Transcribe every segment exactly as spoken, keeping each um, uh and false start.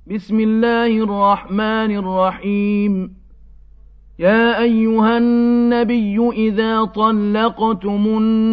بسم الله الرحمن الرحيم يا أيها النبي إذا طلقتم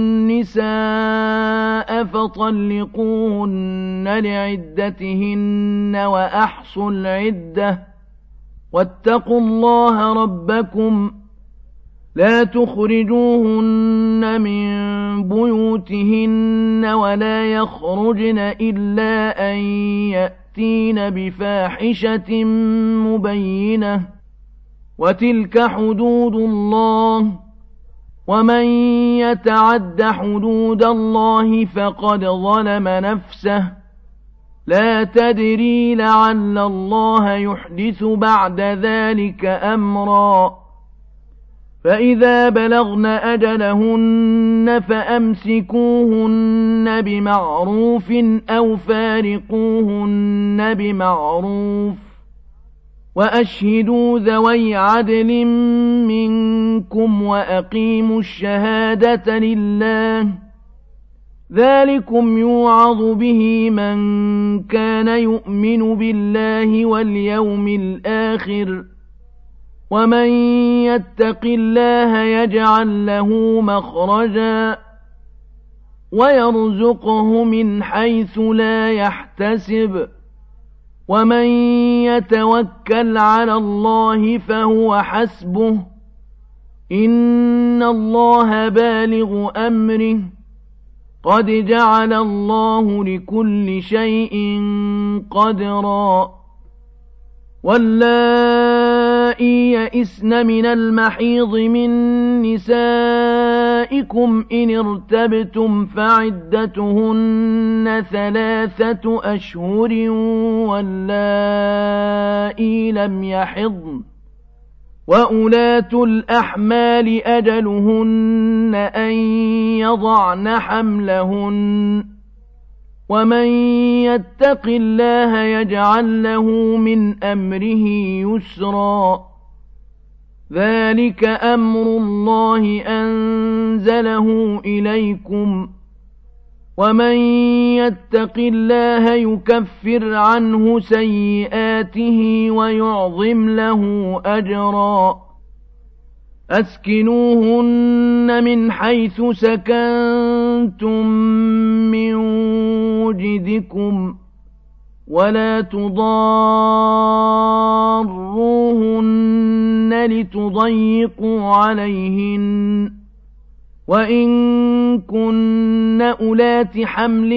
النساء فطلقوهن لعدتهن وأحصوا العدة واتقوا الله ربكم لا تخرجوهن من بيوتهن ولا يخرجن إلا أن يأتين بفاحشة مبينة وتلك حدود الله ومن يتعد حدود الله فقد ظلم نفسه لا تدري لعل الله يحدث بعد ذلك أمرا فإذا بلغن أجلهن فأمسكوهن بمعروف أو فارقوهن بمعروف وأشهدوا ذوي عدل منكم وأقيموا الشهادة لله ذلكم يوعظ به من كان يؤمن بالله واليوم الآخر ومن يتق الله يجعل له مخرجا ويرزقه من حيث لا يحتسب ومن يتوكل على الله فهو حسبه إن الله بالغ أمره قد جعل الله لكل شيء قدرا واللائي يئسن من المحيض من نسائكم إن ارتبتم فعدتهن ثلاثة أشهر واللائي لم يحضن وأولاة الأحمال أجلهن أن يضعن حملهن ومن يتق الله يجعل له من أمره يسرا ذلك أمر الله أنزله إليكم ومن يتق الله يكفر عنه سيئاته ويعظم له أجرا أسكنوهن من حيث سكنتم من وجدكم ولا تضاروهن لتضيقوا عليهن وإن كن أولات حمل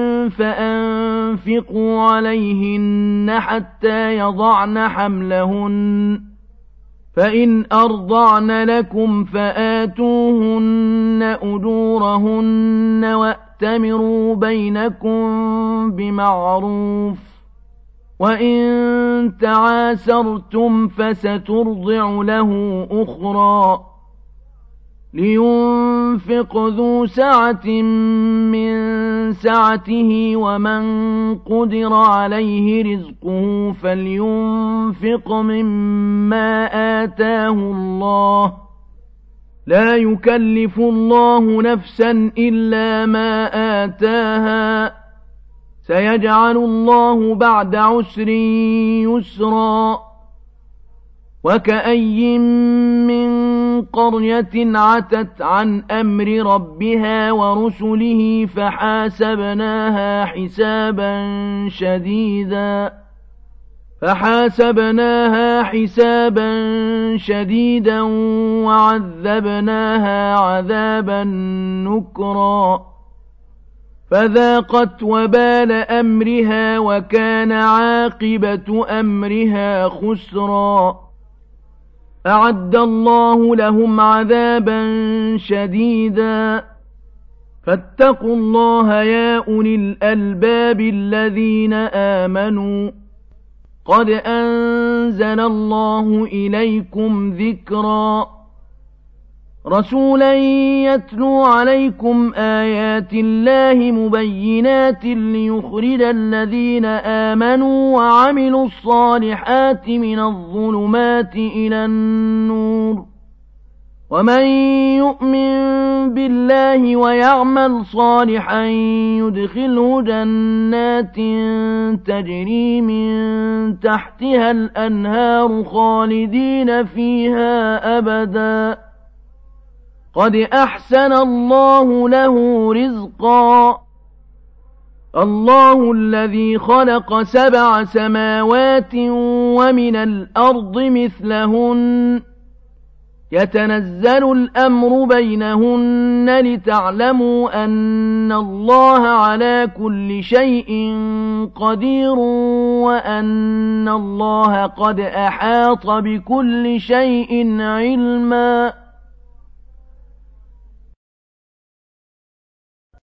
فأنفقوا عليهن حتى يضعن حملهن فإن أرضعن لكم فآتوهن أجورهن وأتمروا بينكم بمعروف وإن تعاسرتم فسترضع له أخرى لينفق ذو سعة من سعته ومن قدر عليه رزقه فلينفق مما آتاه الله لا يكلف الله نفسا إلا ما آتاها سيجعل الله بعد عسر يسرا وكأي من قرية عتت عن أمر ربها ورسله فحاسبناها حسابا شديدا فحاسبناها حسابا شديدا وعذبناها عذابا نكرا فذاقت وبال أمرها وكان عاقبة أمرها خسرا أعد الله لهم عذابا شديدا فاتقوا الله يا أولي الألباب الذين آمنوا قد أنزل الله إليكم ذكرا رسولا يتلو عليكم آيات الله مبينات ليخرج الذين آمنوا وعملوا الصالحات من الظلمات إلى النور ومن يؤمن بالله ويعمل صالحا يدخله جنات تجري من تحتها الأنهار خالدين فيها أبدا قد أحسن الله له رزقا الله الذي خلق سبع سماوات ومن الأرض مثلهن يتنزل الأمر بينهن لتعلموا أن الله على كل شيء قدير وأن الله قد أحاط بكل شيء علما